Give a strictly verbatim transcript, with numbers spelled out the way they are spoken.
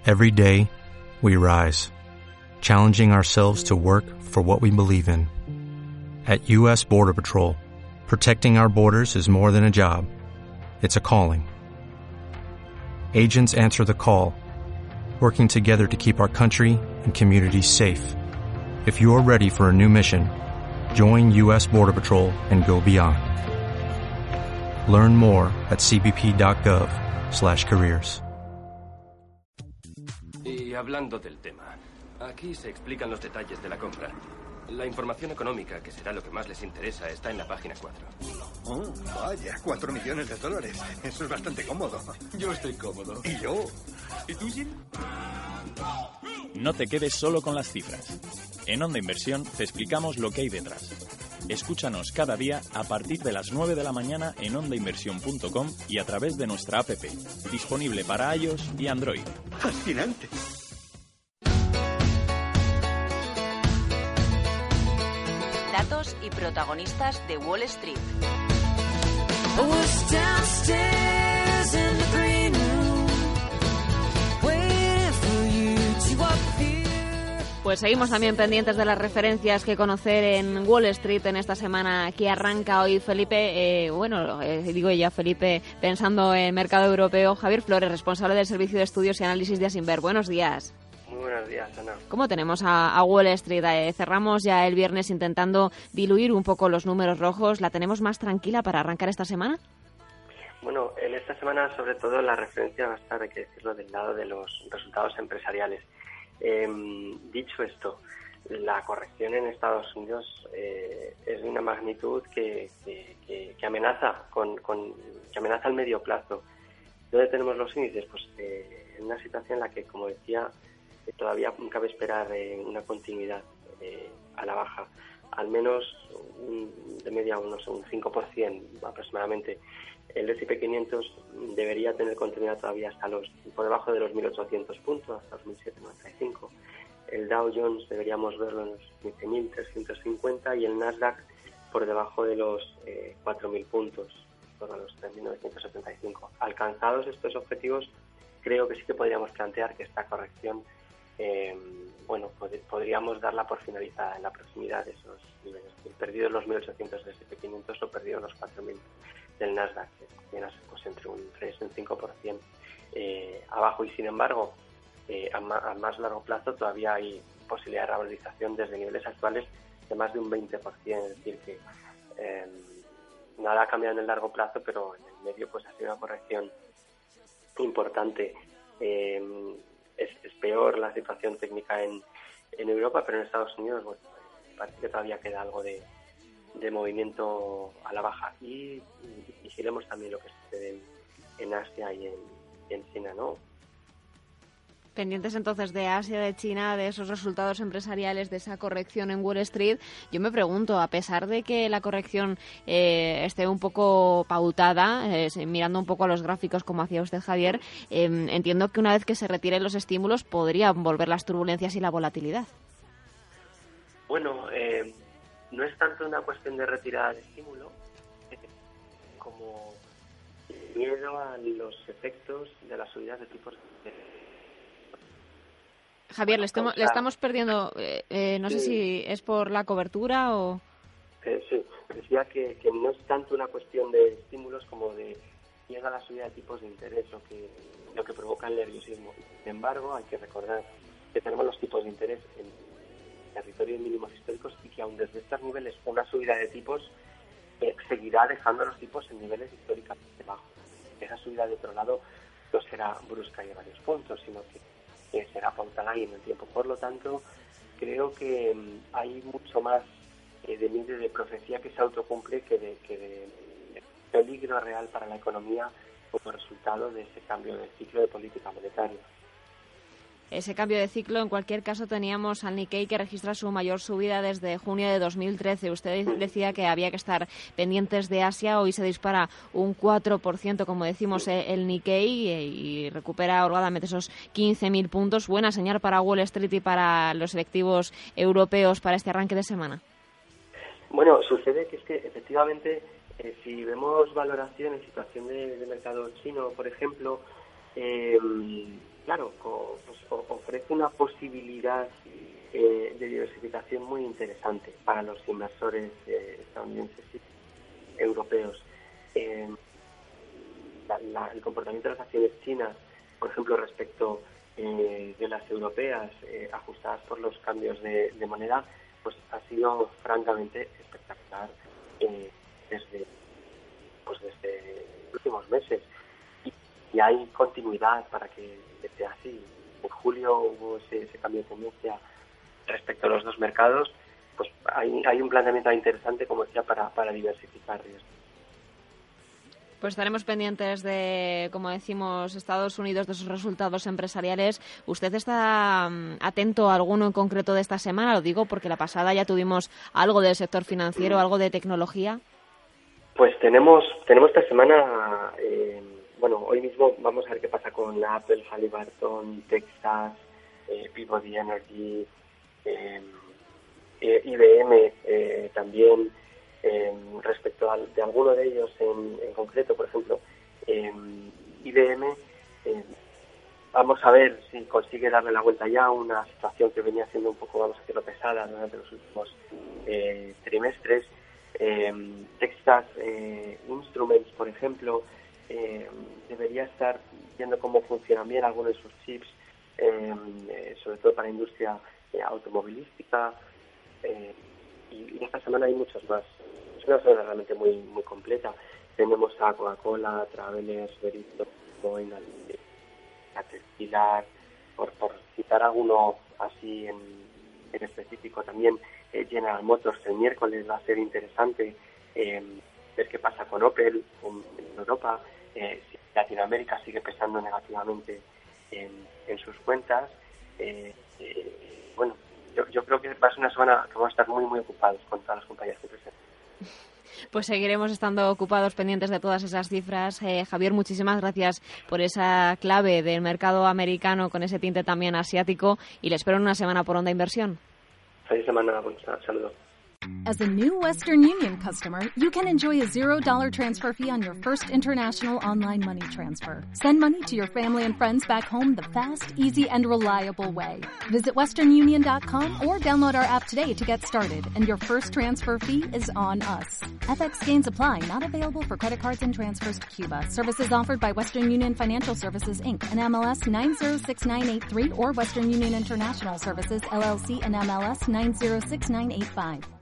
Every day, we rise, challenging ourselves to work for what we believe in. At U S Border Patrol, protecting our borders is more than a job. It's a calling. Agents answer the call, working together to keep our country and communities safe. If you're ready for a new mission, join U S Border Patrol and go beyond. Learn more at cbp.gov slash careers. Y hablando del tema, aquí se explican los detalles de la compra. La información económica, que será lo que más les interesa, está en la página cuatro. Oh, vaya, cuatro millones de dólares. Eso es bastante cómodo. Yo estoy cómodo. ¿Y yo? ¿Y tú, Jim? No te quedes solo con las cifras. En Onda Inversión te explicamos lo que hay detrás. Escúchanos cada día a partir de las nueve de la mañana en onda inversión punto com y a través de nuestra app, disponible para iOS y Android. ¡Fascinante! Datos y protagonistas de Wall Street. Pues seguimos también pendientes de las referencias que conocer en Wall Street en esta semana que arranca hoy, Felipe. Eh, bueno, eh, digo ya, Felipe, pensando en mercado europeo. Javier Flores, responsable del Servicio de Estudios y Análisis de Asinver. Buenos días. Muy buenos días, Ana. ¿Cómo tenemos a, a Wall Street? Eh, cerramos ya el viernes intentando diluir un poco los números rojos. ¿La tenemos más tranquila para arrancar esta semana? Bueno, en esta semana sobre todo la referencia va a estar, hay que decirlo, del lado de los resultados empresariales. Eh, dicho esto, la corrección en Estados Unidos eh, es de una magnitud que, que, que, que amenaza con, con que amenaza al medio plazo. ¿Dónde tenemos los índices? Pues eh, en una situación en la que, como decía, eh, todavía cabe esperar eh, una continuidad eh, a la baja, al menos un, de media unos un cinco por ciento aproximadamente. El ese y pe quinientos debería tener continuidad todavía hasta los por debajo de los mil ochocientos puntos, hasta los mil setecientos noventa y cinco. El Dow Jones deberíamos verlo en los quince mil trescientos cincuenta y el Nasdaq por debajo de los eh, cuatro mil puntos, por los tres mil novecientos setenta y cinco. Alcanzados estos objetivos, creo que sí que podríamos plantear que esta corrección, eh, bueno, pod- podríamos darla por finalizada en la proximidad de esos niveles. Perdidos los mil ochocientos del ese y pe quinientos o perdidos los cuatro mil del Nasdaq, que apenas pues, entre un tres y un cinco por ciento eh, abajo. Y sin embargo, eh, a, ma- a más largo plazo todavía hay posibilidad de revalorización desde niveles actuales de más de un veinte por ciento. Es decir, que eh, nada ha cambiado en el largo plazo, pero en el medio pues ha sido una corrección importante. Eh, es, es peor la situación técnica en, en Europa, pero en Estados Unidos bueno, parece que todavía queda algo de de movimiento a la baja y, y vigilemos también lo que sucede en, en Asia y en, y en China, ¿no? Pendientes entonces de Asia, de China, de esos resultados empresariales, de esa corrección en Wall Street. Yo me pregunto, a pesar de que la corrección eh, esté un poco pautada, eh, mirando un poco a los gráficos como hacía usted, Javier, eh, entiendo que una vez que se retiren los estímulos podrían volver las turbulencias y la volatilidad. Bueno, eh, no es tanto una cuestión de retirada de estímulo eh, como miedo a los efectos de las subidas de tipos de... Javier, le estamos, le estamos perdiendo, eh, eh, no sé Sí. si es por la cobertura o... Eh, sí, decía que, que no es tanto una cuestión de estímulos como de miedo a la subida de tipos de interés, lo que, lo que provoca el nerviosismo. Sin embargo, hay que recordar que tenemos los tipos de interés en territorios mínimos históricos y que aún desde estos niveles una subida de tipos eh, seguirá dejando los tipos en niveles históricamente bajos. Esa subida de otro lado no será brusca y a varios puntos, sino que eh, será pautada y en el tiempo. Por lo tanto, creo que mm, hay mucho más eh, de mito de profecía que se autocumple que de, que de, de peligro real para la economía como resultado de ese cambio de ciclo de política monetaria. Ese cambio de ciclo, en cualquier caso, teníamos al Nikkei que registra su mayor subida desde junio de dos mil trece. Usted decía que había que estar pendientes de Asia. Hoy se dispara un cuatro por ciento, como decimos, el Nikkei y recupera holgadamente esos quince mil puntos. Buena señal para Wall Street y para los selectivos europeos para este arranque de semana. Bueno, sucede que es que efectivamente, eh, si vemos valoración en situación de, de mercado chino, por ejemplo, eh, claro, co, pues, ofrece una posibilidad eh, de diversificación muy interesante para los inversores eh, estadounidenses y europeos. Eh, la, la, el comportamiento de las acciones chinas, por ejemplo, respecto eh, de las europeas, eh, ajustadas por los cambios de, de moneda, pues ha sido francamente espectacular eh, desde, pues desde los últimos meses. Y, y hay continuidad para que esté así. En julio hubo ese, ese cambio de tendencia respecto a los dos mercados. Pues hay, hay un planteamiento interesante, como decía, para, para diversificar riesgos. Pues estaremos pendientes de, como decimos, Estados Unidos, de sus resultados empresariales. ¿Usted está um, atento a alguno en concreto de esta semana? Lo digo porque la pasada ya tuvimos algo del sector financiero, algo de tecnología. Pues tenemos tenemos esta semana, eh, bueno, hoy mismo vamos a ver qué pasa con Apple, Halliburton, Texas, eh, Peabody Energy, eh, eh, I B M eh, también. Eh, respecto al, de alguno de ellos en, en concreto, por ejemplo, eh, I B M, eh, vamos a ver si consigue darle la vuelta ya a una situación que venía siendo un poco, vamos a decirlo, pesada durante los últimos eh, trimestres. Eh, Texas eh, Instruments, por ejemplo, eh, debería estar viendo cómo funcionan bien algunos de sus chips, eh, eh, sobre todo para la industria eh, automovilística. Eh, y, y esta semana hay muchos más. Es una semana realmente muy muy completa. Tenemos a Coca-Cola, Travelers, Verizon, Boeing, Caterpillar, por, por citar alguno así en, en específico. También eh, General Motors el miércoles va a ser interesante eh, ver qué pasa con Opel en, en Europa. Eh, si Latinoamérica sigue pesando negativamente en, en sus cuentas. Eh, eh, bueno, yo, yo creo que va a ser una semana que vamos a estar muy muy ocupados con todas las compañías que presentan. Pues seguiremos estando ocupados, pendientes de todas esas cifras. Eh, Javier, muchísimas gracias por esa clave del mercado americano con ese tinte también asiático y le espero en una semana por Onda Inversión. Feliz semana, buen saludo. As a new Western Union customer, you can enjoy a zero dollar transfer fee on your first international online money transfer. Send money to your family and friends back home the fast, easy, and reliable way. Visit western union dot com or download our app today to get started, and your first transfer fee is on us. F X gains apply, not available for credit cards and transfers to Cuba. Services offered by Western Union Financial Services, Incorporated, and M L S nine zero six nine eight three or Western Union International Services, L L C, and M L S nine zero six nine eight five.